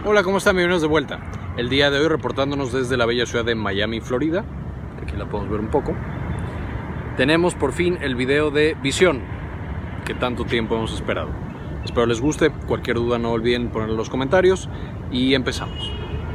Hola, ¿cómo están? Bienvenidos de vuelta. El día de hoy reportándonos desde la bella ciudad de Miami, Florida. Aquí la podemos ver un poco. Tenemos por fin el video de Visión, que tanto tiempo hemos esperado. Espero les guste. Cualquier duda no olviden ponerlo en los comentarios. Y empezamos.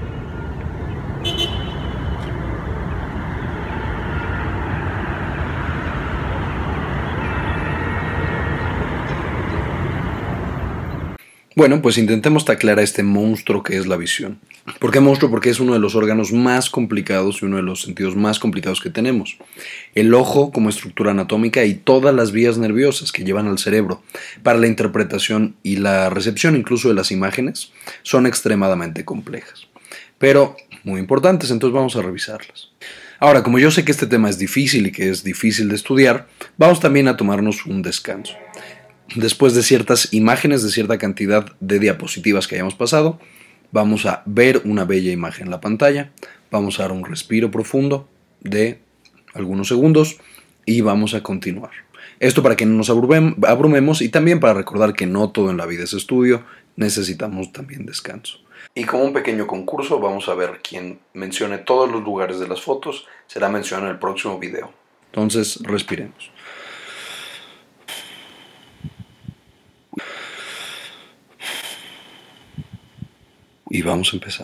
Bueno, pues intentemos taclear a este monstruo que es la visión. ¿Por qué monstruo? Porque es uno de los órganos más complicados y uno de los sentidos más complicados que tenemos. El ojo como estructura anatómica y todas las vías nerviosas que llevan al cerebro para la interpretación y la recepción incluso de las imágenes son extremadamente complejas, pero muy importantes, entonces vamos a revisarlas. Ahora, como yo sé que este tema es difícil y que es difícil de estudiar, vamos también a tomarnos un descanso. Después de ciertas imágenes, de cierta cantidad de diapositivas que hayamos pasado, vamos a ver una bella imagen en la pantalla, vamos a dar un respiro profundo de algunos segundos y vamos a continuar. Esto para que no nos abrumemos y también para recordar que no todo en la vida es estudio, necesitamos también descanso. Y como un pequeño concurso, vamos a ver quién mencione todos los lugares de las fotos, será mencionado en el próximo video. Entonces, respiremos. Y vamos a empezar.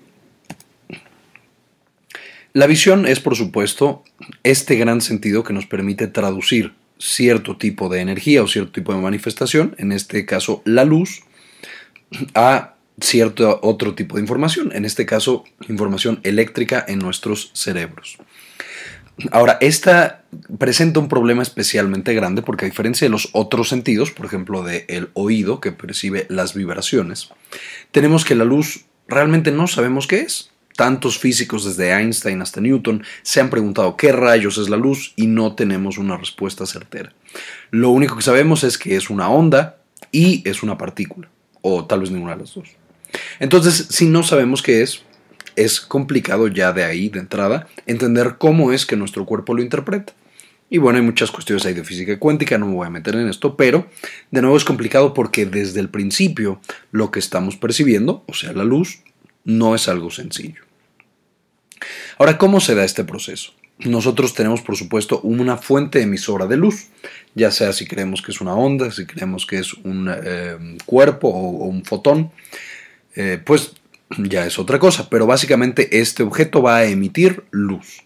La visión es, por supuesto, este gran sentido que nos permite traducir cierto tipo de energía o cierto tipo de manifestación, en este caso la luz, a cierto otro tipo de información, en este caso información eléctrica en nuestros cerebros. Ahora, esta presenta un problema especialmente grande porque a diferencia de los otros sentidos, por ejemplo del oído que percibe las vibraciones, tenemos que la luz realmente no sabemos qué es. Tantos físicos desde Einstein hasta Newton se han preguntado qué rayos es la luz y no tenemos una respuesta certera. Lo único que sabemos es que es una onda y es una partícula, o tal vez ninguna de las dos. Entonces, si no sabemos qué es complicado ya de ahí, de entrada, entender cómo es que nuestro cuerpo lo interpreta. Y bueno, hay muchas cuestiones ahí de física cuántica, no me voy a meter en esto, pero de nuevo es complicado porque desde el principio lo que estamos percibiendo, o sea, la luz, no es algo sencillo. Ahora, ¿cómo se da este proceso? Nosotros tenemos, por supuesto, una fuente emisora de luz, ya sea si creemos que es una onda, si creemos que es un cuerpo o un fotón, pues ya es otra cosa, pero básicamente este objeto va a emitir luz.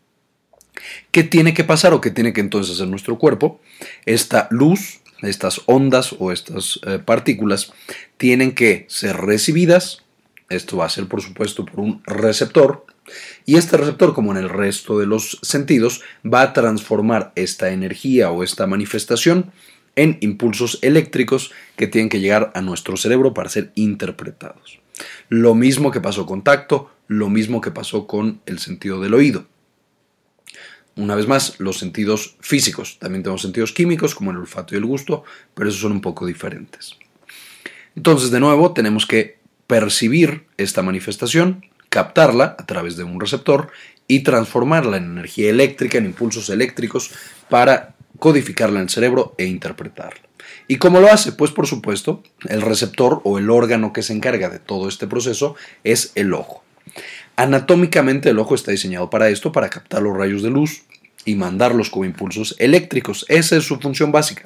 ¿Qué tiene que pasar o qué tiene que entonces hacer nuestro cuerpo? Esta luz, estas ondas o estas partículas tienen que ser recibidas. Esto va a ser, por supuesto, por un receptor. Y este receptor, como en el resto de los sentidos, va a transformar esta energía o esta manifestación en impulsos eléctricos que tienen que llegar a nuestro cerebro para ser interpretados. Lo mismo que pasó con tacto, lo mismo que pasó con el sentido del oído. Una vez más, los sentidos físicos. También tenemos sentidos químicos, como el olfato y el gusto, pero esos son un poco diferentes. Entonces, de nuevo, tenemos que percibir esta manifestación, captarla a través de un receptor y transformarla en energía eléctrica, en impulsos eléctricos, para codificarla en el cerebro e interpretarla. ¿Y cómo lo hace? Pues por supuesto, el receptor o el órgano que se encarga de todo este proceso es el ojo. Anatómicamente el ojo está diseñado para esto, para captar los rayos de luz y mandarlos como impulsos eléctricos. Esa es su función básica.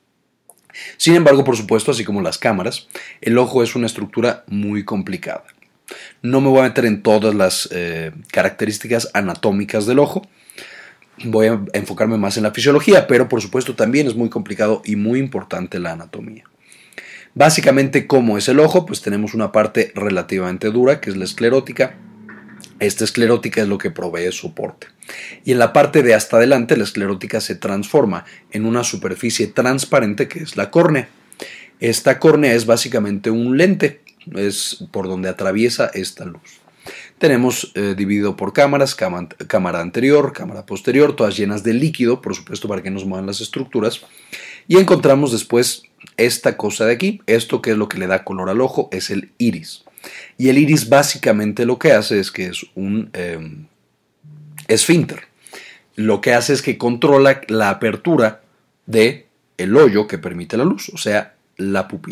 Sin embargo, por supuesto, así como las cámaras, el ojo es una estructura muy complicada. No me voy a meter en todas las características anatómicas del ojo. Voy a enfocarme más en la fisiología, pero por supuesto también es muy complicado y muy importante la anatomía. Básicamente, ¿cómo es el ojo? Pues tenemos una parte relativamente dura, que es la esclerótica. Esta esclerótica es lo que provee soporte. Y en la parte de hasta adelante, la esclerótica se transforma en una superficie transparente que es la córnea. Esta córnea es básicamente un lente, es por donde atraviesa esta luz. Tenemos dividido por cámaras, cámara anterior, cámara posterior, todas llenas de líquido, por supuesto para que nos muevan las estructuras. Y encontramos después esta cosa de aquí, esto que es lo que le da color al ojo, es el iris. Y el iris básicamente lo que hace es que es un esfínter. Lo que hace es que controla la apertura del hoyo que permite la luz, o sea, la pupila.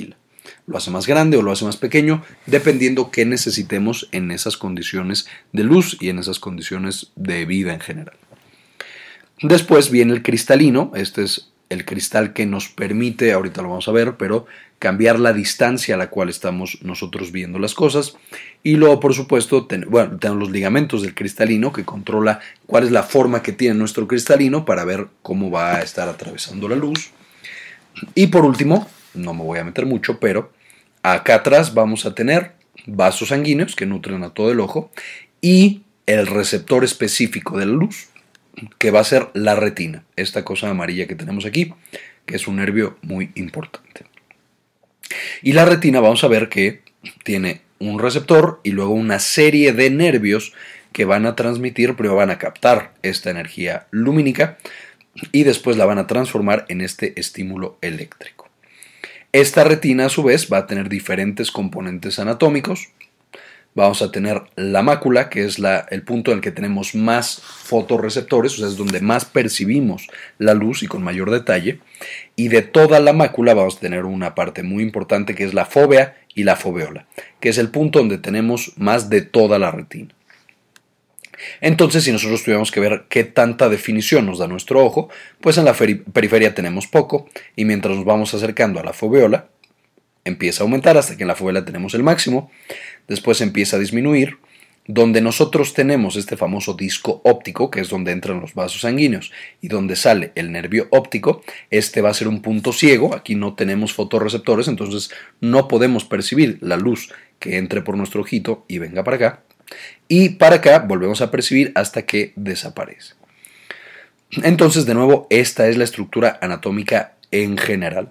lo hace más grande o lo hace más pequeño, dependiendo qué necesitemos en esas condiciones de luz y en esas condiciones de vida en general. Después viene el cristalino. Este es el cristal que nos permite, ahorita lo vamos a ver, pero cambiar la distancia a la cual estamos nosotros viendo las cosas. Y luego, por supuesto, tenemos los ligamentos del cristalino, que controla cuál es la forma que tiene nuestro cristalino para ver cómo va a estar atravesando la luz. Y por último, no me voy a meter mucho, pero acá atrás vamos a tener vasos sanguíneos que nutren a todo el ojo y el receptor específico de la luz, que va a ser la retina, esta cosa amarilla que tenemos aquí, que es un nervio muy importante. Y la retina vamos a ver que tiene un receptor y luego una serie de nervios que van a transmitir, primero van a captar esta energía lumínica y después la van a transformar en este estímulo eléctrico. Esta retina a su vez va a tener diferentes componentes anatómicos. Vamos a tener la mácula, que es el punto en el que tenemos más fotorreceptores, o sea, es donde más percibimos la luz y con mayor detalle. Y de toda la mácula vamos a tener una parte muy importante que es la fóvea y la foveola, que es el punto donde tenemos más de toda la retina. Entonces, si nosotros tuviéramos que ver qué tanta definición nos da nuestro ojo, pues en la periferia tenemos poco, y mientras nos vamos acercando a la foveola, empieza a aumentar hasta que en la foveola tenemos el máximo, después empieza a disminuir, donde nosotros tenemos este famoso disco óptico, que es donde entran los vasos sanguíneos y donde sale el nervio óptico. Este va a ser un punto ciego, aquí no tenemos fotorreceptores, entonces no podemos percibir la luz que entre por nuestro ojito y venga para acá, y para acá volvemos a percibir hasta que desaparece. Entonces, de nuevo, esta es la estructura anatómica en general.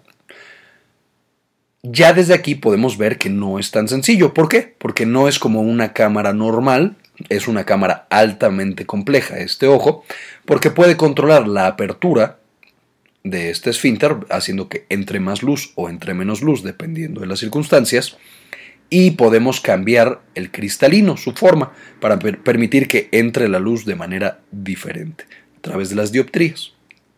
Ya desde aquí podemos ver que no es tan sencillo. ¿Por qué? Porque no es como una cámara normal, es una cámara altamente compleja este ojo, porque puede controlar la apertura de este esfínter, haciendo que entre más luz o entre menos luz, dependiendo de las circunstancias, y podemos cambiar el cristalino, su forma, para permitir que entre la luz de manera diferente, a través de las dioptrías.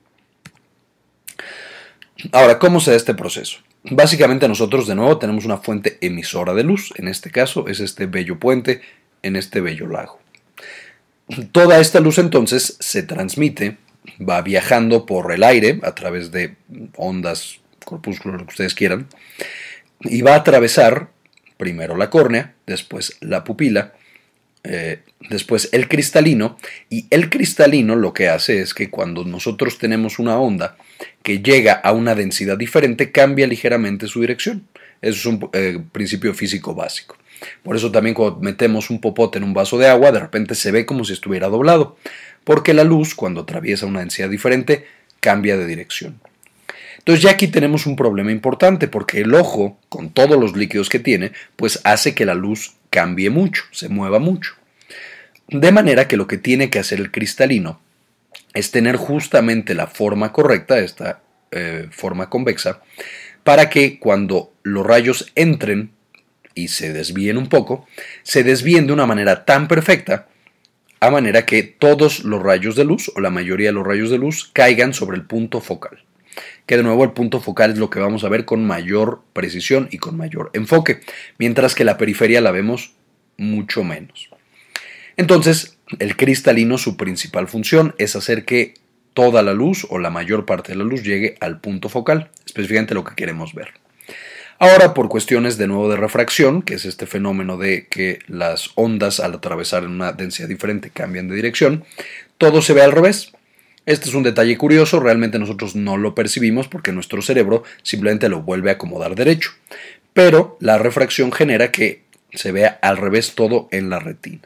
Ahora, ¿cómo se da este proceso? Básicamente nosotros de nuevo tenemos una fuente emisora de luz, en este caso es este bello puente en este bello lago. Toda esta luz entonces se transmite, va viajando por el aire a través de ondas, corpúsculos, lo que ustedes quieran, y va a atravesar primero la córnea, después la pupila, después el cristalino, y el cristalino lo que hace es que cuando nosotros tenemos una onda que llega a una densidad diferente, cambia ligeramente su dirección. Eso es un principio físico básico. Por eso también cuando metemos un popote en un vaso de agua, de repente se ve como si estuviera doblado, porque la luz, cuando atraviesa una densidad diferente, cambia de dirección. Entonces ya aquí tenemos un problema importante, porque el ojo, con todos los líquidos que tiene, pues hace que la luz cambie mucho, se mueva mucho. De manera que lo que tiene que hacer el cristalino es tener justamente la forma correcta, esta forma convexa, para que cuando los rayos entren y se desvíen un poco, se desvíen de una manera tan perfecta, a manera que todos los rayos de luz, o la mayoría de los rayos de luz, caigan sobre el punto focal. Que de nuevo el punto focal es lo que vamos a ver con mayor precisión y con mayor enfoque, mientras que la periferia la vemos mucho menos. Entonces, el cristalino, su principal función es hacer que toda la luz o la mayor parte de la luz llegue al punto focal, específicamente lo que queremos ver. Ahora, por cuestiones de nuevo de refracción, que es este fenómeno de que las ondas al atravesar en una densidad diferente cambian de dirección, todo se ve al revés. Este es un detalle curioso, realmente nosotros no lo percibimos porque nuestro cerebro simplemente lo vuelve a acomodar derecho, pero la refracción genera que se vea al revés todo en la retina.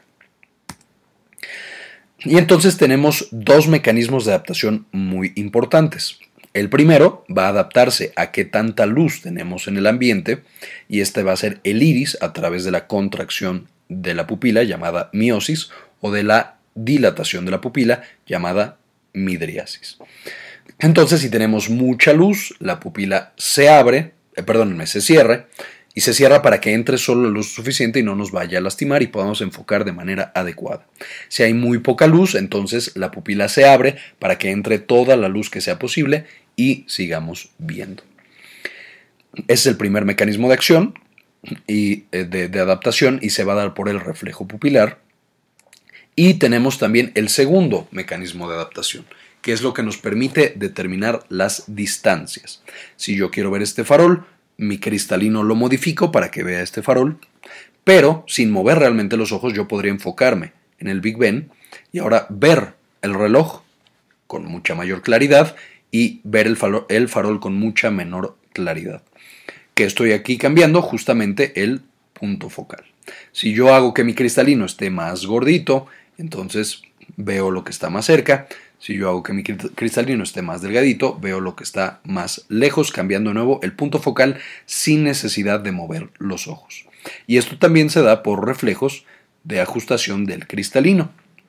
Y entonces tenemos dos mecanismos de adaptación muy importantes. El primero va a adaptarse a qué tanta luz tenemos en el ambiente, y este va a ser el iris a través de la contracción de la pupila llamada miosis o de la dilatación de la pupila llamada midriasis. Entonces, si tenemos mucha luz, la pupila se cierra, y se cierra para que entre solo la luz suficiente y no nos vaya a lastimar y podamos enfocar de manera adecuada. Si hay muy poca luz, entonces la pupila se abre para que entre toda la luz que sea posible y sigamos viendo. es el primer mecanismo de acción y de adaptación y se va a dar por el reflejo pupilar. Y tenemos también el segundo mecanismo de adaptación, que es lo que nos permite determinar las distancias. Si yo quiero ver este farol, mi cristalino lo modifico para que vea este farol, pero sin mover realmente los ojos yo podría enfocarme en el Big Ben y ahora ver el reloj con mucha mayor claridad y ver el farol con mucha menor claridad. Que estoy aquí cambiando justamente el punto focal. Si yo hago que mi cristalino esté más gordito, entonces veo lo que está más cerca. Si yo hago que mi cristalino esté más delgadito, veo lo que está más lejos, cambiando de nuevo el punto focal sin necesidad de mover los ojos. Y esto también se da por reflejos de ajustación del cristalino.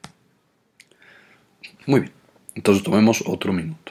Muy bien, entonces tomemos otro minuto.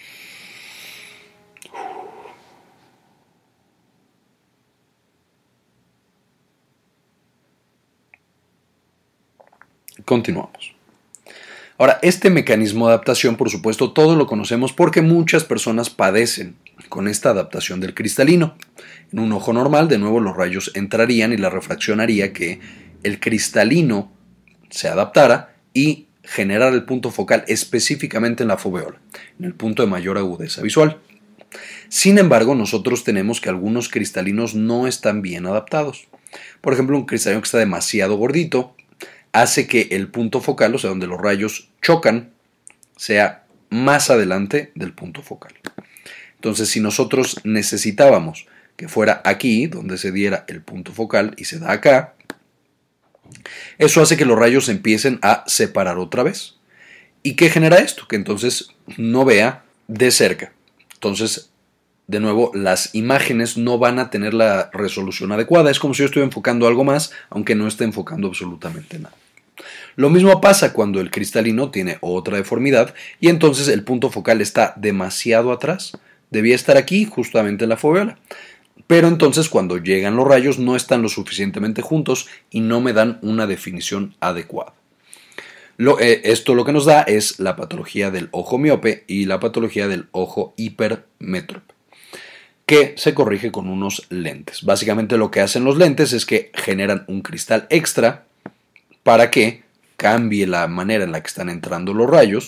Continuamos. Ahora, este mecanismo de adaptación, por supuesto, todos lo conocemos porque muchas personas padecen con esta adaptación del cristalino. En un ojo normal, de nuevo, los rayos entrarían y la refracción haría que el cristalino se adaptara y generara el punto focal específicamente en la foveola, en el punto de mayor agudeza visual. Sin embargo, nosotros tenemos que algunos cristalinos no están bien adaptados. Por ejemplo, un cristalino que está demasiado gordito hace que el punto focal, o sea, donde los rayos chocan, sea más adelante del punto focal. Entonces, si nosotros necesitábamos que fuera aquí, donde se diera el punto focal, y se da acá, eso hace que los rayos empiecen a separar otra vez. ¿Y qué genera esto? Que entonces no vea de cerca. Entonces, de nuevo, las imágenes no van a tener la resolución adecuada. Es como si yo estuviera enfocando algo más, aunque no esté enfocando absolutamente nada. Lo mismo pasa cuando el cristalino tiene otra deformidad y entonces el punto focal está demasiado atrás. Debía estar aquí, justamente en la foveola. Pero entonces cuando llegan los rayos no están lo suficientemente juntos y no me dan una definición adecuada. Esto lo que nos da es la patología del ojo miope y la patología del ojo hipermétrope, que se corrige con unos lentes. Básicamente lo que hacen los lentes es que generan un cristal extra para que cambie la manera en la que están entrando los rayos,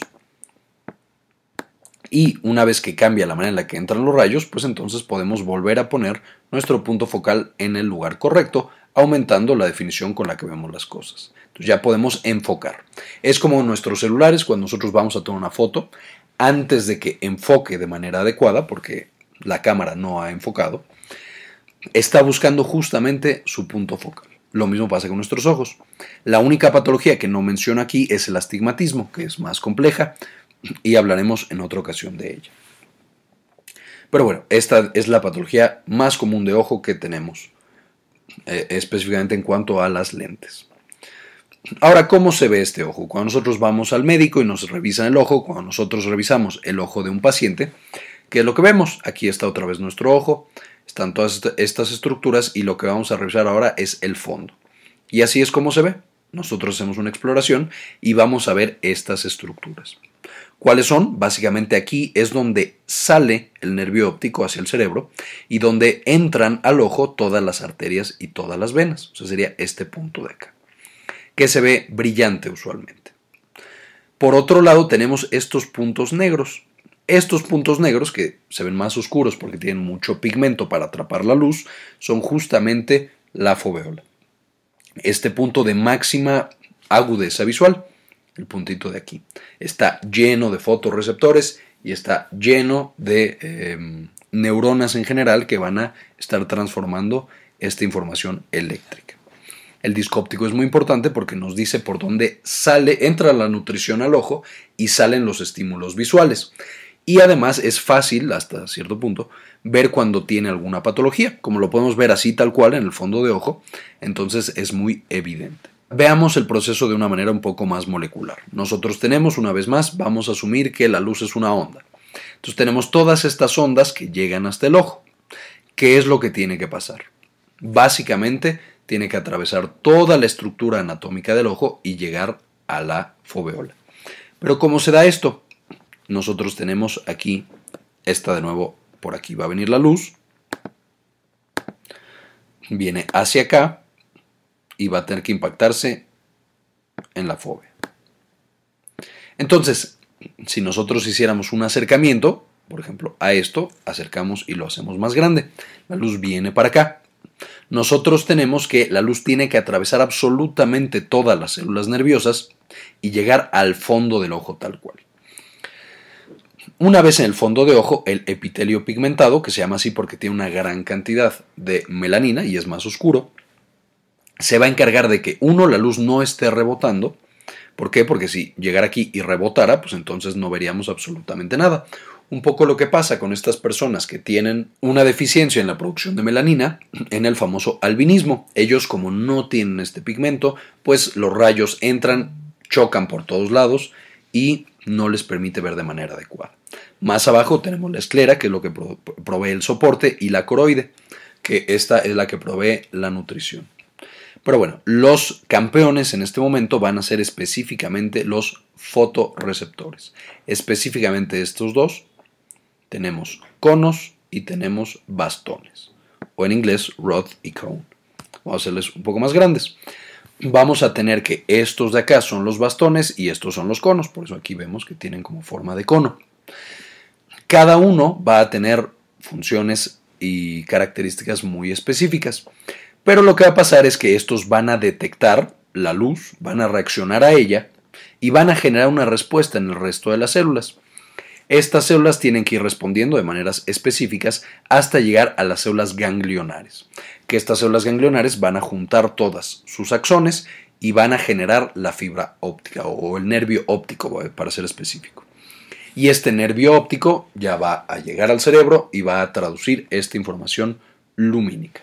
y una vez que cambia la manera en la que entran los rayos, pues entonces podemos volver a poner nuestro punto focal en el lugar correcto, aumentando la definición con la que vemos las cosas. Entonces ya podemos enfocar. Es como nuestros celulares, cuando nosotros vamos a tomar una foto, antes de que enfoque de manera adecuada, porque la cámara no ha enfocado, está buscando justamente su punto focal. Lo mismo pasa con nuestros ojos. La única patología que no menciono aquí es el astigmatismo, que es más compleja y hablaremos en otra ocasión de ella. Pero bueno, esta es la patología más común de ojo que tenemos, específicamente en cuanto a las lentes. Ahora, ¿cómo se ve este ojo? Cuando nosotros vamos al médico y nos revisan el ojo, cuando nosotros revisamos el ojo de un paciente, ¿qué es lo que vemos? Aquí está otra vez nuestro ojo, están todas estas estructuras y lo que vamos a revisar ahora es el fondo. Y así es como se ve. Nosotros hacemos una exploración y vamos a ver estas estructuras. ¿Cuáles son? Básicamente aquí es donde sale el nervio óptico hacia el cerebro y donde entran al ojo todas las arterias y todas las venas. O sea, sería este punto de acá, que se ve brillante usualmente. Por otro lado tenemos estos puntos negros. Estos puntos negros, que se ven más oscuros porque tienen mucho pigmento para atrapar la luz, son justamente la foveola. Este punto de máxima agudeza visual, el puntito de aquí, está lleno de fotorreceptores y está lleno de neuronas en general que van a estar transformando esta información eléctrica. El disco óptico es muy importante porque nos dice por dónde entra la nutrición al ojo y salen los estímulos visuales. Y además es fácil, hasta cierto punto, ver cuando tiene alguna patología. Como lo podemos ver así tal cual en el fondo de ojo, entonces es muy evidente. Veamos el proceso de una manera un poco más molecular. Nosotros tenemos, una vez más, vamos a asumir que la luz es una onda. Entonces tenemos todas estas ondas que llegan hasta el ojo. ¿Qué es lo que tiene que pasar? Básicamente tiene que atravesar toda la estructura anatómica del ojo y llegar a la foveola. Pero ¿cómo se da esto? Nosotros tenemos aquí, esta de nuevo, por aquí va a venir la luz, viene hacia acá y va a tener que impactarse en la fóvea. Entonces, si nosotros hiciéramos un acercamiento, por ejemplo, a esto, acercamos y lo hacemos más grande. La luz viene para acá. Nosotros tenemos que la luz tiene que atravesar absolutamente todas las células nerviosas y llegar al fondo del ojo tal cual. Una vez en el fondo de ojo, el epitelio pigmentado, que se llama así porque tiene una gran cantidad de melanina y es más oscuro, se va a encargar de que, uno, la luz no esté rebotando. ¿Por qué? Porque si llegara aquí y rebotara, pues entonces no veríamos absolutamente nada. Un poco lo que pasa con estas personas que tienen una deficiencia en la producción de melanina, en el famoso albinismo. Ellos, como no tienen este pigmento, pues los rayos entran, chocan por todos lados y no les permite ver de manera adecuada. Más abajo tenemos la esclera, que es lo que provee el soporte, y la coroide, que esta es la que provee la nutrición. Pero bueno, los campeones en este momento van a ser específicamente los fotorreceptores. Específicamente estos dos, tenemos conos y tenemos bastones, o en inglés rod y cone. Vamos a hacerles un poco más grandes. Vamos a tener que estos de acá son los bastones y estos son los conos, por eso aquí vemos que tienen como forma de cono. Cada uno va a tener funciones y características muy específicas. Pero lo que va a pasar es que estos van a detectar la luz, van a reaccionar a ella y van a generar una respuesta en el resto de las células. Estas células tienen que ir respondiendo de maneras específicas hasta llegar a las células ganglionares, que estas células ganglionares van a juntar todas sus axones y van a generar la fibra óptica o el nervio óptico, para ser específico. Y este nervio óptico ya va a llegar al cerebro y va a traducir esta información lumínica.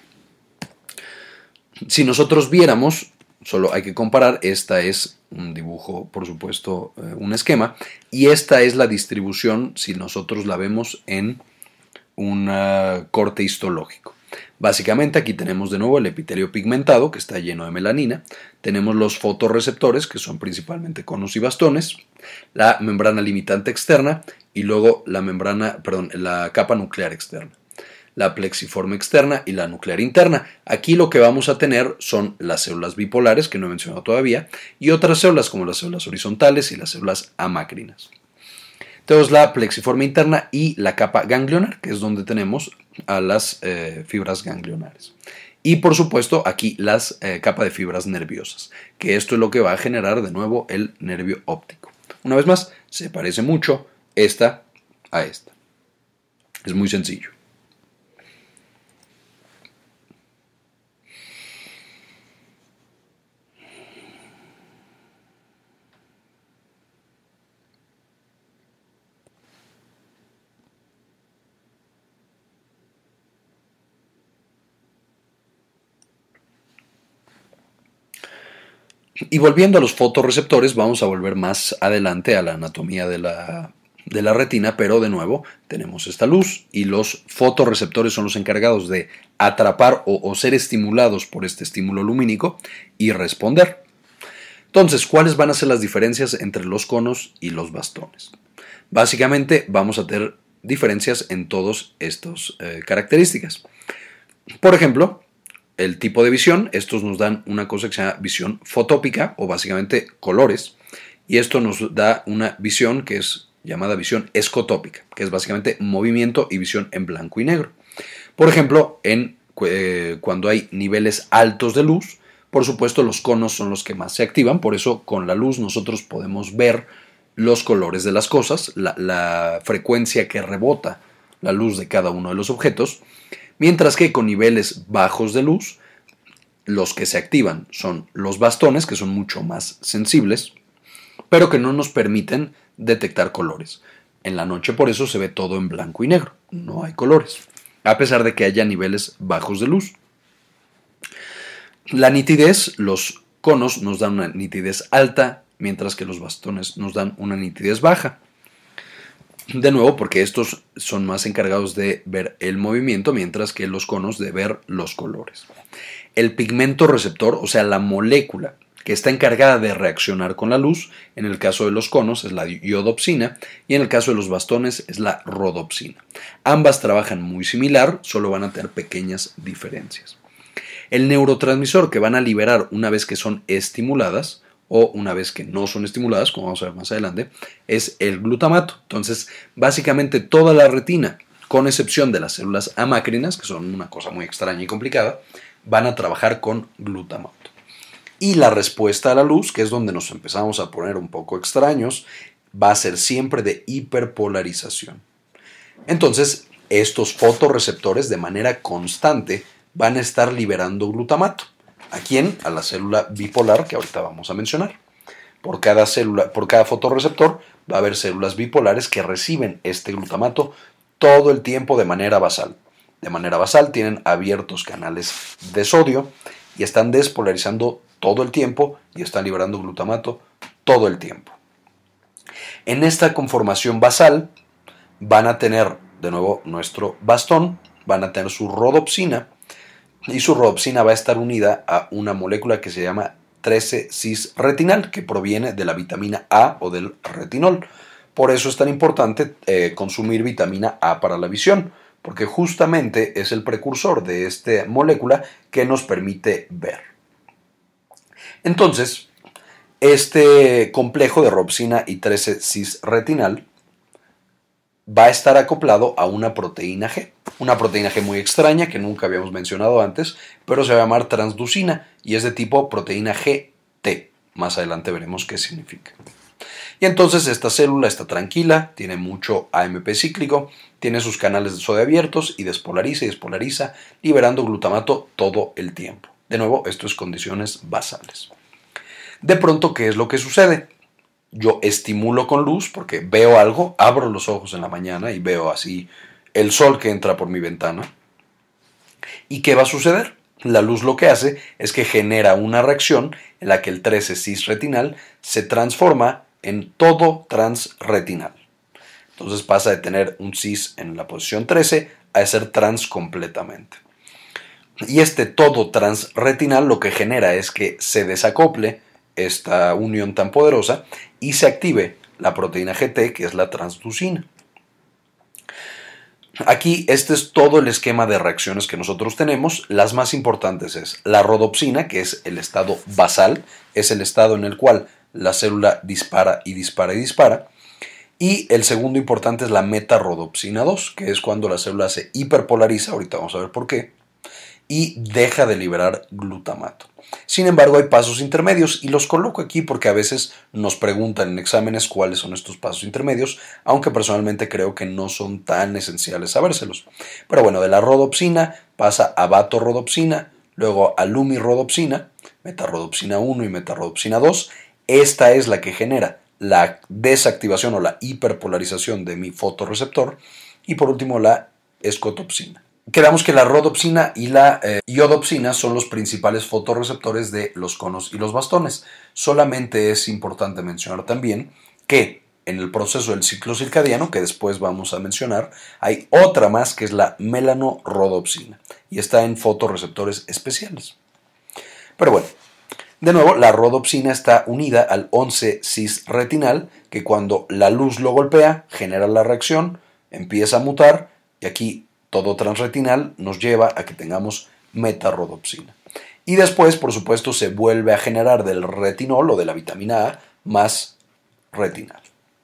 Si nosotros viéramos, solo hay que comparar, esta es un dibujo, por supuesto, un esquema, y esta es la distribución si nosotros la vemos en un corte histológico. Básicamente aquí tenemos de nuevo el epitelio pigmentado, que está lleno de melanina, tenemos los fotorreceptores, que son principalmente conos y bastones, la membrana limitante externa y luego la capa nuclear externa, la plexiforme externa y la nuclear interna. Aquí lo que vamos a tener son las células bipolares, que no he mencionado todavía, y otras células como las células horizontales y las células amácrinas. Tenemos la plexiforme interna y la capa ganglionar, que es donde tenemos a las fibras ganglionares. Y por supuesto aquí las capa de fibras nerviosas, que esto es lo que va a generar de nuevo el nervio óptico. Una vez más, se parece mucho esta a esta. Es muy sencillo. Y volviendo a los fotorreceptores, vamos a volver más adelante a la anatomía de la retina, pero de nuevo tenemos esta luz y los fotorreceptores son los encargados de atrapar o ser estimulados por este estímulo lumínico y responder. Entonces, ¿cuáles van a ser las diferencias entre los conos y los bastones? Básicamente vamos a tener diferencias en todas estas características. Por ejemplo, el tipo de visión, estos nos dan una cosa que se llama visión fotópica o básicamente colores, y esto nos da una visión que es llamada visión escotópica, que es básicamente movimiento y visión en blanco y negro. Por ejemplo, cuando hay niveles altos de luz, por supuesto los conos son los que más se activan, por eso con la luz nosotros podemos ver los colores de las cosas, la frecuencia que rebota la luz de cada uno de los objetos. Mientras que con niveles bajos de luz, los que se activan son los bastones, que son mucho más sensibles, pero que no nos permiten detectar colores. En la noche por eso se ve todo en blanco y negro, no hay colores, a pesar de que haya niveles bajos de luz. La nitidez, los conos nos dan una nitidez alta, mientras que los bastones nos dan una nitidez baja. De nuevo, porque estos son más encargados de ver el movimiento, mientras que los conos de ver los colores. El pigmento receptor, o sea, la molécula que está encargada de reaccionar con la luz, en el caso de los conos es la iodopsina y en el caso de los bastones es la rodopsina. Ambas trabajan muy similar, solo van a tener pequeñas diferencias. El neurotransmisor que van a liberar una vez que son estimuladas o una vez que no son estimuladas, como vamos a ver más adelante, es el glutamato. Entonces, básicamente toda la retina, con excepción de las células amácrinas, que son una cosa muy extraña y complicada, van a trabajar con glutamato. Y la respuesta a la luz, que es donde nos empezamos a poner un poco extraños, va a ser siempre de hiperpolarización. Entonces, estos fotorreceptores de manera constante van a estar liberando glutamato. ¿A quién? A la célula bipolar que ahorita vamos a mencionar. Por cada fotorreceptor va a haber células bipolares que reciben este glutamato todo el tiempo de manera basal. De manera basal tienen abiertos canales de sodio y están despolarizando todo el tiempo y están liberando glutamato todo el tiempo. En esta conformación basal van a tener de nuevo nuestro bastón, van a tener su rodopsina y su rodopsina va a estar unida a una molécula que se llama 13-cis-retinal, que proviene de la vitamina A o del retinol. Por eso es tan importante consumir vitamina A para la visión, porque justamente es el precursor de esta molécula que nos permite ver. Entonces, este complejo de rodopsina y 13-cis-retinal va a estar acoplado a una proteína G. Una proteína G muy extraña que nunca habíamos mencionado antes, pero se va a llamar transducina y es de tipo proteína GT. Más adelante veremos qué significa. Y entonces esta célula está tranquila, tiene mucho AMP cíclico, tiene sus canales de sodio abiertos y despolariza, liberando glutamato todo el tiempo. De nuevo, esto es condiciones basales. De pronto, ¿qué es lo que sucede? Yo estimulo con luz porque veo algo, abro los ojos en la mañana y veo así el sol que entra por mi ventana. ¿Y qué va a suceder? La luz lo que hace es que genera una reacción en la que el 13-cis-retinal se transforma en todo transretinal. Entonces pasa de tener un cis en la posición 13 a ser trans completamente. Y este todo transretinal lo que genera es que se desacople esta unión tan poderosa y se active la proteína GT, que es la transducina. Aquí este es todo el esquema de reacciones que nosotros tenemos. Las más importantes es la rodopsina, que es el estado basal, es el estado en el cual la célula dispara y dispara y dispara. Y el segundo importante es la metarodopsina 2, que es cuando la célula se hiperpolariza, ahorita vamos a ver por qué, y deja de liberar glutamato. Sin embargo, hay pasos intermedios y los coloco aquí porque a veces nos preguntan en exámenes cuáles son estos pasos intermedios, aunque personalmente creo que no son tan esenciales sabérselos. Pero bueno, de la rodopsina pasa a vatorrodopsina, luego a lumirodopsina, metarodopsina 1 y metarodopsina 2. Esta es la que genera la desactivación o la hiperpolarización de mi fotorreceptor y por último la escotopsina. Quedamos que la rodopsina y la iodopsina son los principales fotorreceptores de los conos y los bastones. Solamente es importante mencionar también que en el proceso del ciclo circadiano, que después vamos a mencionar, hay otra más que es la melanorodopsina y está en fotorreceptores especiales. Pero bueno, de nuevo, la rodopsina está unida al 11-cis-retinal, que cuando la luz lo golpea, genera la reacción, empieza a mutar y aquí todo transretinal nos lleva a que tengamos metarodopsina. Y después, por supuesto, se vuelve a generar del retinol o de la vitamina A más retinal.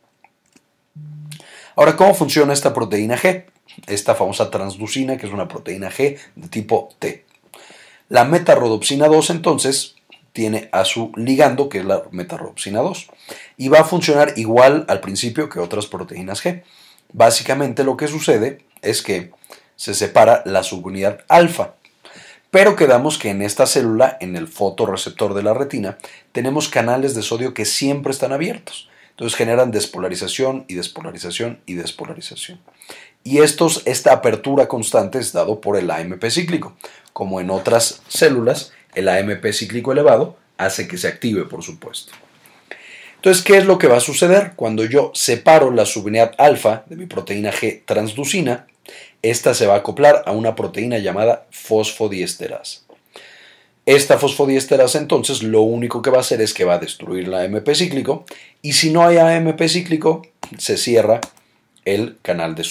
Ahora, ¿cómo funciona esta proteína G? Esta famosa transducina, que es una proteína G de tipo T. La metarodopsina 2, entonces, tiene a su ligando, que es la metarodopsina 2, y va a funcionar igual al principio que otras proteínas G. Básicamente lo que sucede es que se separa la subunidad alfa, pero quedamos que en esta célula, en el fotorreceptor de la retina, tenemos canales de sodio que siempre están abiertos. Entonces generan despolarización y despolarización y despolarización. Y esta apertura constante es dado por el AMP cíclico. Como en otras células, el AMP cíclico elevado hace que se active, por supuesto. Entonces, ¿qué es lo que va a suceder? Cuando yo separo la subunidad alfa de mi proteína G transducina, esta se va a acoplar a una proteína llamada fosfodiesterasa. Esta fosfodiesterasa entonces lo único que va a hacer es que va a destruir la AMP cíclico y si no hay AMP cíclico se cierra el canal de sodio.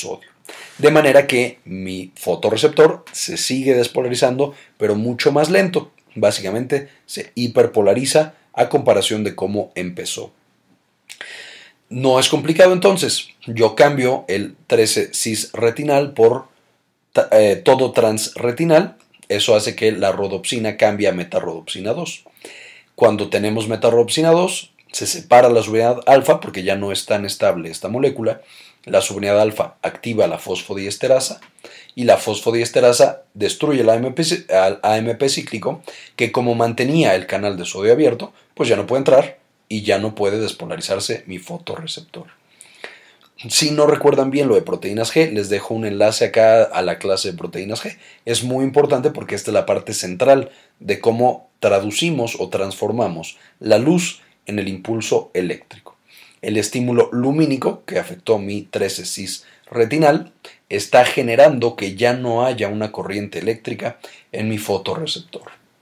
De manera que mi fotorreceptor se sigue despolarizando, pero mucho más lento. Básicamente se hiperpolariza a comparación de cómo empezó. No es complicado entonces. Yo cambio el 13-cis retinal por todo transretinal. Eso hace que la rodopsina cambie a metarrodopsina 2. Cuando tenemos metarrodopsina 2, se separa la subunidad alfa porque ya no es tan estable esta molécula. La subunidad alfa activa la fosfodiesterasa y la fosfodiesterasa destruye el AMP cíclico, que como mantenía el canal de sodio abierto, pues ya no puede entrar y ya no puede despolarizarse mi fotorreceptor. Si no recuerdan bien lo de proteínas G, les dejo un enlace acá a la clase de proteínas G. Es muy importante porque esta es la parte central de cómo traducimos o transformamos la luz en el impulso eléctrico. El estímulo lumínico, que afectó mi 13-cis retinal, está generando que ya no haya una corriente eléctrica en mi fotorreceptor.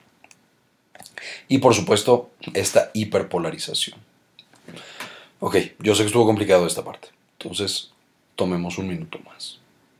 Y por supuesto, esta hiperpolarización. Ok, yo sé que estuvo complicado esta parte. Entonces, tomemos un minuto más.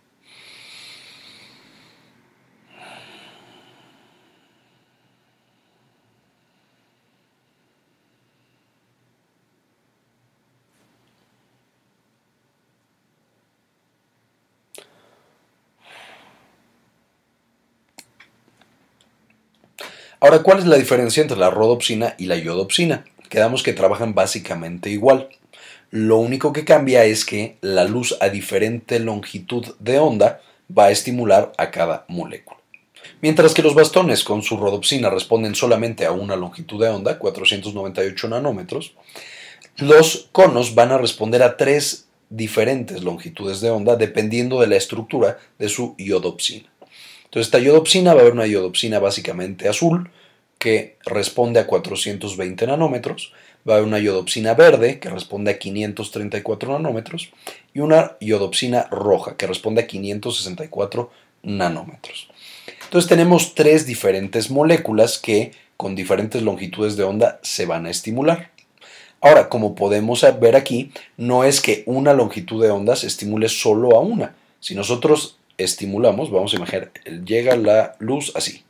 Ahora, ¿cuál es la diferencia entre la rodopsina y la iodopsina? Quedamos que trabajan básicamente igual. Lo único que cambia es que la luz a diferente longitud de onda va a estimular a cada molécula. Mientras que los bastones con su rodopsina responden solamente a una longitud de onda, 498 nanómetros, los conos van a responder a 3 diferentes longitudes de onda dependiendo de la estructura de su iodopsina. Entonces, esta iodopsina va a haber una iodopsina básicamente azul que responde a 420 nanómetros, va a haber una iodopsina verde que responde a 534 nanómetros y una iodopsina roja que responde a 564 nanómetros. Entonces tenemos 3 diferentes moléculas que con diferentes longitudes de onda se van a estimular. Ahora, como podemos ver aquí, no es que una longitud de onda se estimule solo a una. Si nosotros estimulamos, vamos a imaginar, llega la luz así.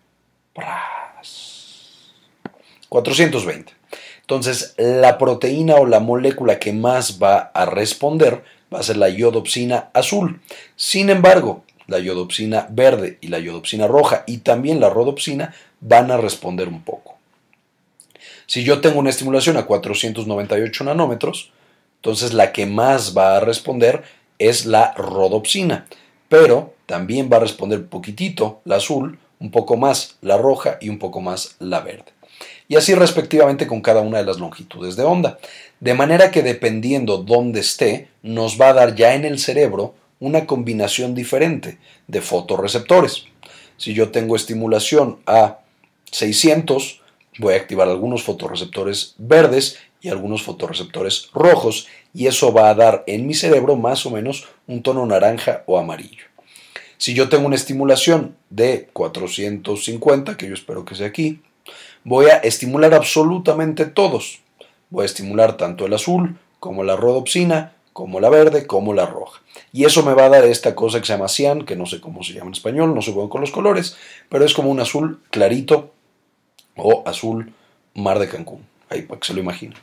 420. Entonces, la proteína o la molécula que más va a responder va a ser la iodopsina azul. Sin embargo, la iodopsina verde y la iodopsina roja y también la rodopsina van a responder un poco. Si yo tengo una estimulación a 498 nanómetros, entonces la que más va a responder es la rodopsina, pero también va a responder un poquitito la azul, un poco más la roja y un poco más la verde. Y así respectivamente con cada una de las longitudes de onda. De manera que dependiendo dónde esté, nos va a dar ya en el cerebro una combinación diferente de fotorreceptores. Si yo tengo estimulación a 600, voy a activar algunos fotorreceptores verdes y algunos fotorreceptores rojos, y eso va a dar en mi cerebro más o menos un tono naranja o amarillo. Si yo tengo una estimulación de 450, que yo espero que sea aquí, voy a estimular absolutamente todos. Voy a estimular tanto el azul como la rodopsina, como la verde, como la roja. Y eso me va a dar esta cosa que se llama cian, que no sé cómo se llama en español, no soy bueno con los colores, pero es como un azul clarito o azul mar de Cancún, ahí para que se lo imaginen.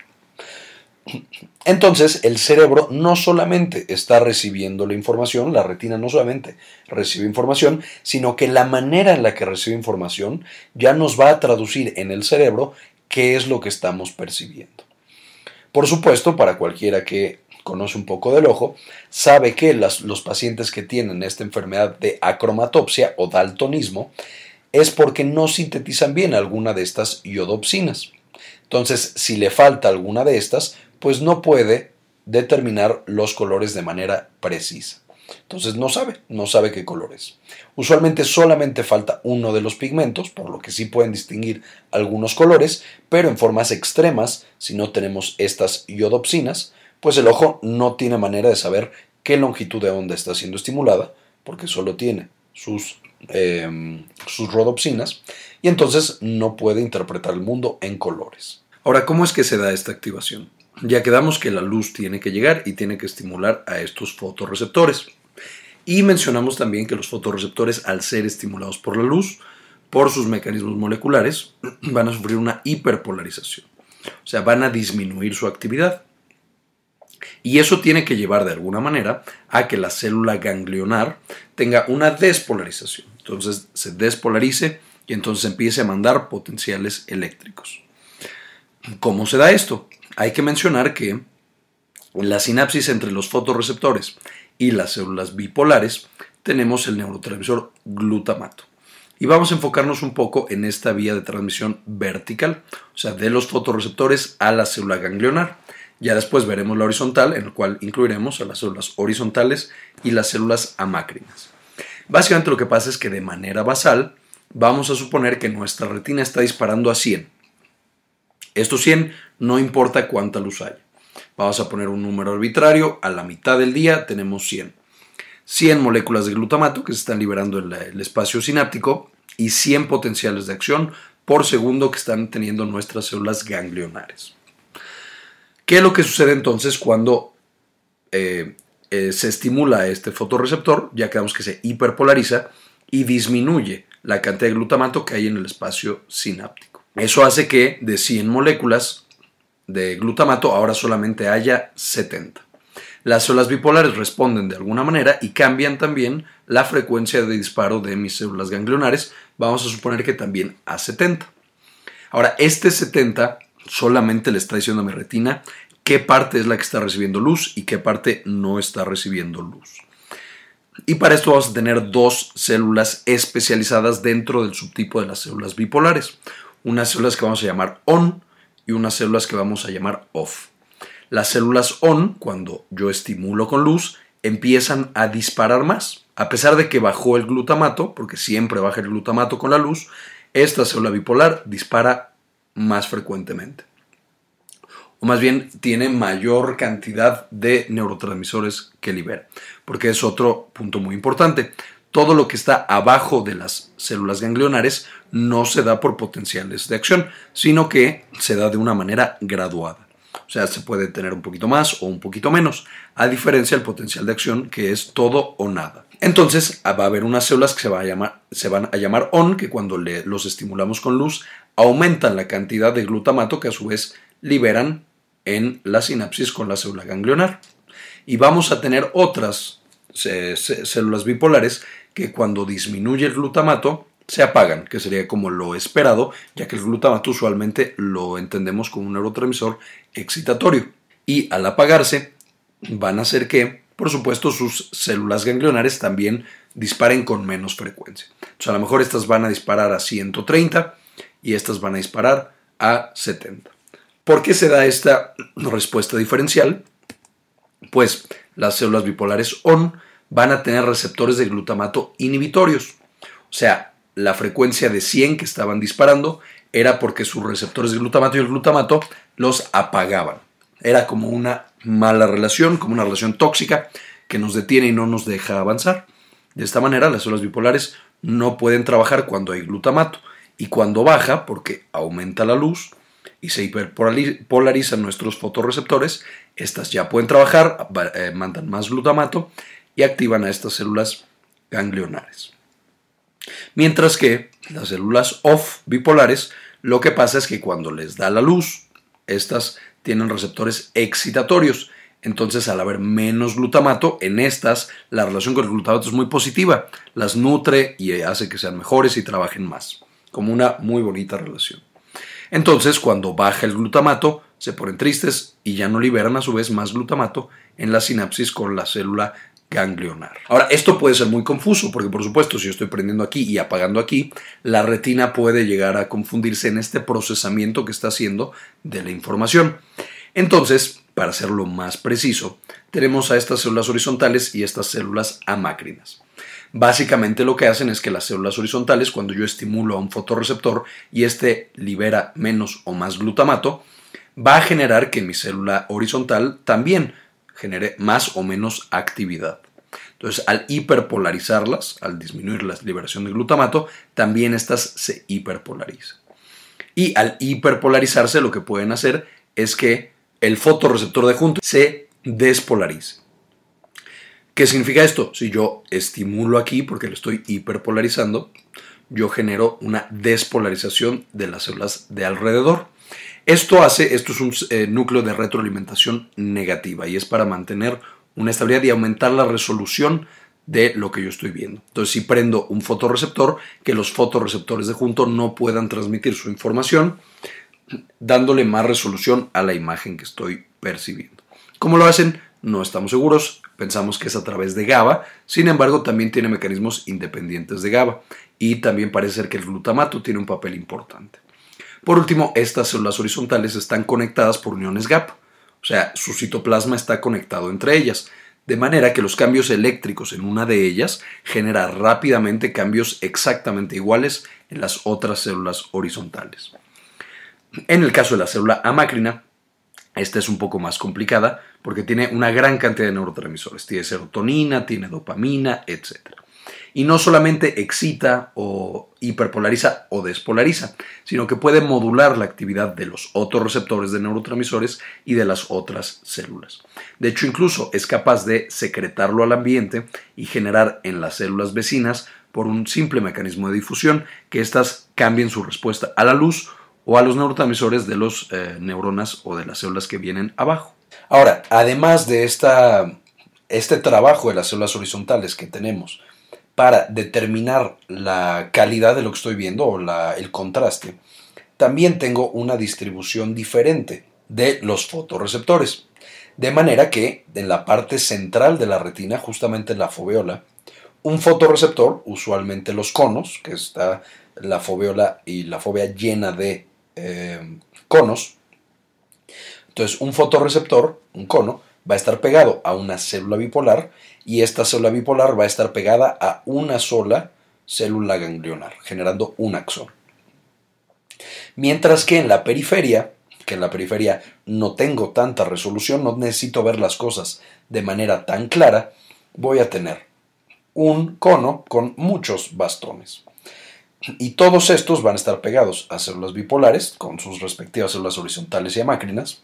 Entonces, el cerebro no solamente está recibiendo la información, la retina no solamente recibe información, sino que la manera en la que recibe información ya nos va a traducir en el cerebro qué es lo que estamos percibiendo. Por supuesto, para cualquiera que conoce un poco del ojo, sabe que los pacientes que tienen esta enfermedad de acromatopsia o daltonismo es porque no sintetizan bien alguna de estas iodopsinas. Entonces, si le falta alguna de estas, pues no puede determinar los colores de manera precisa. Entonces no sabe qué color es. Usualmente solamente falta uno de los pigmentos, por lo que sí pueden distinguir algunos colores, pero en formas extremas, si no tenemos estas iodopsinas, pues el ojo no tiene manera de saber qué longitud de onda está siendo estimulada, porque solo tiene sus rodopsinas, y entonces no puede interpretar el mundo en colores. Ahora, ¿cómo es que se da esta activación? Ya quedamos que la luz tiene que llegar y tiene que estimular a estos fotorreceptores. Y mencionamos también que los fotorreceptores, al ser estimulados por la luz, por sus mecanismos moleculares, van a sufrir una hiperpolarización. O sea, van a disminuir su actividad. Y eso tiene que llevar de alguna manera a que la célula ganglionar tenga una despolarización. Entonces se despolarice y entonces empiece a mandar potenciales eléctricos. ¿Cómo se da esto? Hay que mencionar que en la sinapsis entre los fotorreceptores y las células bipolares tenemos el neurotransmisor glutamato. Y vamos a enfocarnos un poco en esta vía de transmisión vertical, o sea, de los fotorreceptores a la célula ganglionar. Ya después veremos la horizontal, en la cual incluiremos a las células horizontales y las células amácrinas. Básicamente lo que pasa es que de manera basal vamos a suponer que nuestra retina está disparando a 100. Estos 100 no importa cuánta luz haya. Vamos a poner un número arbitrario, a la mitad del día tenemos 100. 100 moléculas de glutamato que se están liberando en el espacio sináptico y 100 potenciales de acción por segundo que están teniendo nuestras células ganglionares. ¿Qué es lo que sucede entonces cuando se estimula este fotorreceptor? Ya quedamos que se hiperpolariza y disminuye la cantidad de glutamato que hay en el espacio sináptico. Eso hace que de 100 moléculas de glutamato ahora solamente haya 70. Las células bipolares responden de alguna manera y cambian también la frecuencia de disparo de mis células ganglionares. Vamos a suponer que también a 70. Ahora, este 70 solamente le está diciendo a mi retina qué parte es la que está recibiendo luz y qué parte no está recibiendo luz. Y para esto vamos a tener dos células especializadas dentro del subtipo de las células bipolares. Unas células que vamos a llamar ON y unas células que vamos a llamar OFF. Las células ON, cuando yo estimulo con luz, empiezan a disparar más. A pesar de que bajó el glutamato, porque siempre baja el glutamato con la luz, esta célula bipolar dispara más frecuentemente. O más bien tiene mayor cantidad de neurotransmisores que libera. Porque es otro punto muy importante. Todo lo que está abajo de las células ganglionares no se da por potenciales de acción, sino que se da de una manera graduada. O sea, se puede tener un poquito más o un poquito menos, a diferencia del potencial de acción, que es todo o nada. Entonces, va a haber unas células que se van a llamar ON, que cuando los estimulamos con luz, aumentan la cantidad de glutamato que a su vez liberan en la sinapsis con la célula ganglionar. Y vamos a tener otras células bipolares que cuando disminuye el glutamato se apagan, que sería como lo esperado, ya que el glutamato usualmente lo entendemos como un neurotransmisor excitatorio. Y al apagarse van a hacer que, por supuesto, sus células ganglionares también disparen con menos frecuencia. Entonces, a lo mejor estas van a disparar a 130 y estas van a disparar a 70. ¿Por qué se da esta respuesta diferencial? Pues las células bipolares ON van a tener receptores de glutamato inhibitorios. O sea, la frecuencia de 100 que estaban disparando era porque sus receptores de glutamato y el glutamato los apagaban. Era como una mala relación, como una relación tóxica que nos detiene y no nos deja avanzar. De esta manera, las células bipolares no pueden trabajar cuando hay glutamato y cuando baja, porque aumenta la luz y se hiperpolarizan nuestros fotorreceptores, estas ya pueden trabajar, mandan más glutamato y activan a estas células ganglionares. Mientras que las células OFF bipolares, lo que pasa es que cuando les da la luz, estas tienen receptores excitatorios. Entonces, al haber menos glutamato, en estas la relación con el glutamato es muy positiva. Las nutre y hace que sean mejores y trabajen más. Como una muy bonita relación. Entonces, cuando baja el glutamato, se ponen tristes y ya no liberan a su vez más glutamato en la sinapsis con la célula ganglionar. Ahora, esto puede ser muy confuso porque, por supuesto, si yo estoy prendiendo aquí y apagando aquí, la retina puede llegar a confundirse en este procesamiento que está haciendo de la información. Entonces, para hacerlo más preciso, tenemos a estas células horizontales y estas células amácrinas. Básicamente lo que hacen es que las células horizontales, cuando yo estimulo a un fotorreceptor y este libera menos o más glutamato, va a generar que mi célula horizontal también genere más o menos actividad. Entonces, al hiperpolarizarlas, al disminuir la liberación de glutamato, también estas se hiperpolarizan. Y al hiperpolarizarse, lo que pueden hacer es que el fotorreceptor de junto se despolarice. ¿Qué significa esto? Si yo estimulo aquí, porque lo estoy hiperpolarizando, yo genero una despolarización de las células de alrededor. Esto es un núcleo de retroalimentación negativa y es para mantener una estabilidad y aumentar la resolución de lo que yo estoy viendo. Entonces, si prendo un fotorreceptor, que los fotorreceptores de junto no puedan transmitir su información, dándole más resolución a la imagen que estoy percibiendo. ¿Cómo lo hacen? No estamos seguros, pensamos que es a través de GABA, sin embargo también tiene mecanismos independientes de GABA y también parece ser que el glutamato tiene un papel importante. Por último, estas células horizontales están conectadas por uniones gap, o sea, su citoplasma está conectado entre ellas, de manera que los cambios eléctricos en una de ellas generan rápidamente cambios exactamente iguales en las otras células horizontales. En el caso de la célula amácrina, esta es un poco más complicada porque tiene una gran cantidad de neurotransmisores. Tiene serotonina, tiene dopamina, etc. Y no solamente excita o hiperpolariza o despolariza, sino que puede modular la actividad de los otros receptores de neurotransmisores y de las otras células. De hecho, incluso es capaz de secretarlo al ambiente y generar en las células vecinas, por un simple mecanismo de difusión, que éstas cambien su respuesta a la luz o a los neurotransmisores de los neuronas o de las células que vienen abajo. Ahora, además de este trabajo de las células horizontales que tenemos para determinar la calidad de lo que estoy viendo o el contraste, también tengo una distribución diferente de los fotorreceptores. De manera que en la parte central de la retina, justamente en la foveola, un fotorreceptor, usualmente los conos, que está la foveola y la fóvea llena de conos. Entonces, un fotorreceptor, un cono, va a estar pegado a una célula bipolar y esta célula bipolar va a estar pegada a una sola célula ganglionar, generando un axón. Mientras que en la periferia no tengo tanta resolución, no necesito ver las cosas de manera tan clara, voy a tener un cono con muchos bastones. Y todos estos van a estar pegados a células bipolares con sus respectivas células horizontales y amácrinas.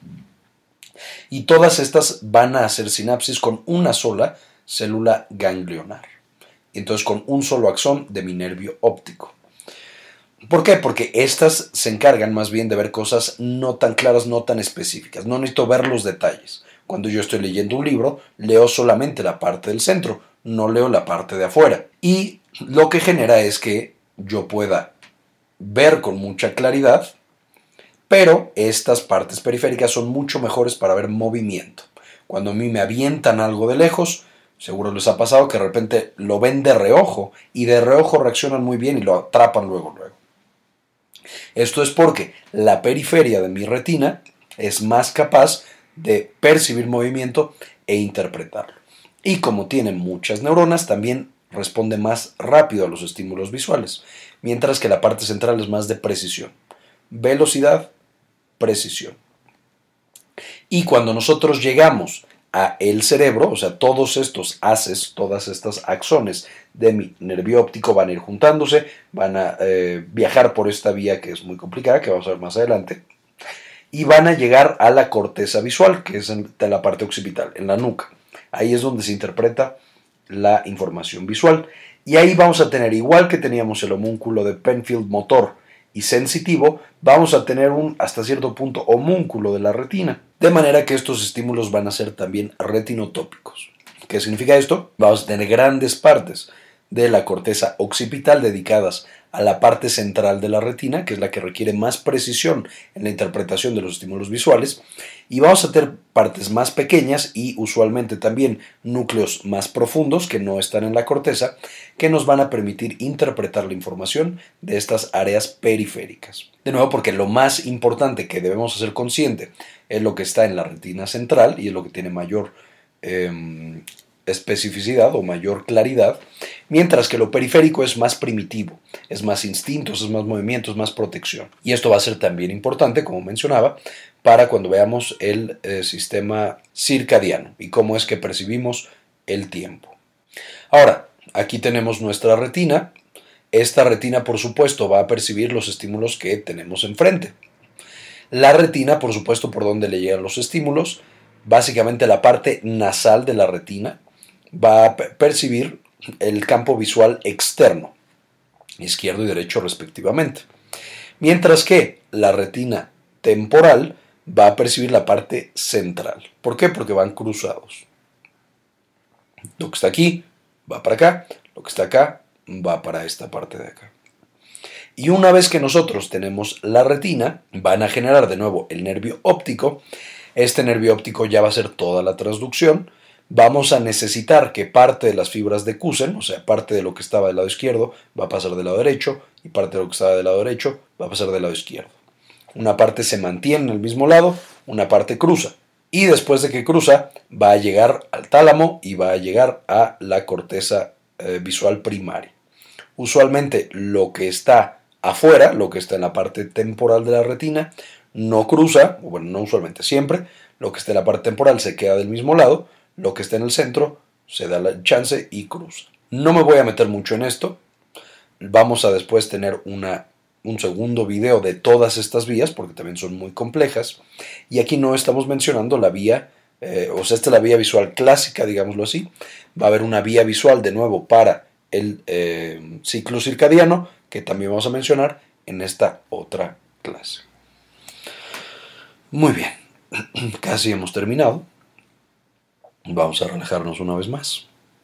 Y todas estas van a hacer sinapsis con una sola célula ganglionar. Entonces con un solo axón de mi nervio óptico. ¿Por qué? Porque estas se encargan más bien de ver cosas no tan claras, no tan específicas. No necesito ver los detalles. Cuando yo estoy leyendo un libro, leo solamente la parte del centro, no leo la parte de afuera. Y lo que genera es que yo pueda ver con mucha claridad, pero estas partes periféricas son mucho mejores para ver movimiento. Cuando a mí me avientan algo de lejos, seguro les ha pasado que de repente lo ven de reojo y de reojo reaccionan muy bien y lo atrapan luego. Esto es porque la periferia de mi retina es más capaz de percibir movimiento e interpretarlo. Y como tiene muchas neuronas, también responde más rápido a los estímulos visuales, mientras que la parte central es más de precisión. Velocidad, precisión. Y cuando nosotros llegamos a el cerebro, o sea, todos estos haces, todas estas axones de mi nervio óptico van a ir juntándose, van a viajar por esta vía que es muy complicada, que vamos a ver más adelante, y van a llegar a la corteza visual, que es de la parte occipital, en la nuca. Ahí es donde se interpreta la información visual. Y ahí vamos a tener, igual que teníamos el homúnculo de Penfield motor y sensitivo, vamos a tener hasta cierto punto, homúnculo de la retina. De manera que estos estímulos van a ser también retinotópicos. ¿Qué significa esto? Vamos a tener grandes partes de la corteza occipital dedicadas a la parte central de la retina, que es la que requiere más precisión en la interpretación de los estímulos visuales, y vamos a tener partes más pequeñas y usualmente también núcleos más profundos que no están en la corteza, que nos van a permitir interpretar la información de estas áreas periféricas. De nuevo, porque lo más importante que debemos hacer consciente es lo que está en la retina central y es lo que tiene mayor especificidad o mayor claridad, mientras que lo periférico es más primitivo, es más instintos, es más movimientos, más protección. Y esto va a ser también importante, como mencionaba, para cuando veamos el sistema circadiano y cómo es que percibimos el tiempo. Ahora, aquí tenemos nuestra retina. Esta retina, por supuesto, va a percibir los estímulos que tenemos enfrente. La retina, por supuesto, por donde le llegan los estímulos, básicamente la parte nasal de la retina, va a percibir el campo visual externo, izquierdo y derecho respectivamente. Mientras que la retina temporal va a percibir la parte central. ¿Por qué? Porque van cruzados. Lo que está aquí va para acá, lo que está acá va para esta parte de acá. Y una vez que nosotros tenemos la retina, van a generar de nuevo el nervio óptico. Este nervio óptico ya va a hacer toda la transducción. Vamos a necesitar que parte de las fibras decusen, o sea, parte de lo que estaba del lado izquierdo va a pasar del lado derecho y parte de lo que estaba del lado derecho va a pasar del lado izquierdo. Una parte se mantiene en el mismo lado, una parte cruza. Y después de que cruza, va a llegar al tálamo y va a llegar a la corteza visual primaria. Usualmente lo que está afuera, lo que está en la parte temporal de la retina, no cruza, bueno, no usualmente, siempre. Lo que está en la parte temporal se queda del mismo lado, lo que está en el centro se da la chance y cruza. No me voy a meter mucho en esto. Vamos a después tener un segundo video de todas estas vías, porque también son muy complejas. Y aquí no estamos mencionando la vía, o sea, esta es la vía visual clásica, digámoslo así. Va a haber una vía visual de nuevo para el ciclo circadiano, que también vamos a mencionar en esta otra clase. Muy bien, casi hemos terminado. Vamos a relajarnos una vez más.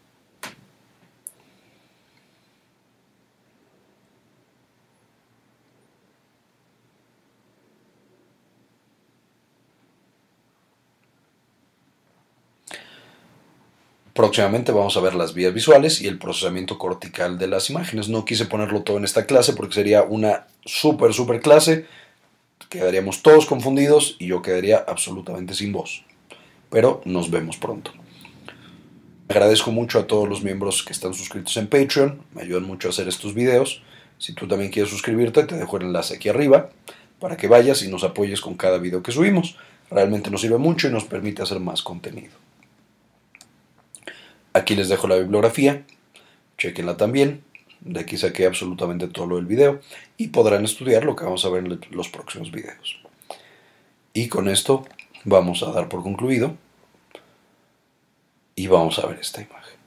Próximamente vamos a ver las vías visuales y el procesamiento cortical de las imágenes. No quise ponerlo todo en esta clase porque sería una súper clase. Quedaríamos todos confundidos y yo quedaría absolutamente sin voz. Pero nos vemos pronto. Agradezco mucho a todos los miembros que están suscritos en Patreon. Me ayudan mucho a hacer estos videos. Si tú también quieres suscribirte, te dejo el enlace aquí arriba para que vayas y nos apoyes con cada video que subimos. Realmente nos sirve mucho y nos permite hacer más contenido. Aquí les dejo la bibliografía, chequenla también, de aquí saqué absolutamente todo lo del video y podrán estudiar lo que vamos a ver en los próximos videos. Y con esto vamos a dar por concluido y vamos a ver esta imagen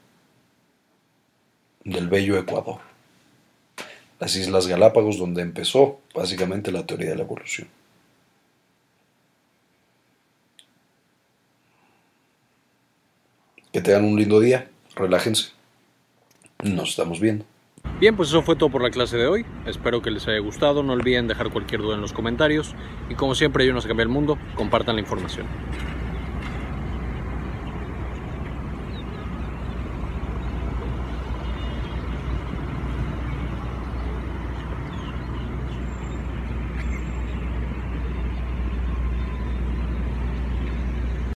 del bello Ecuador, las Islas Galápagos, donde empezó básicamente la teoría de la evolución. Que tengan un lindo día, relájense, nos estamos viendo. Bien, pues eso fue todo por la clase de hoy. Espero que les haya gustado. No olviden dejar cualquier duda en los comentarios. Y como siempre, ayúdenos a cambiar el mundo. Compartan la información.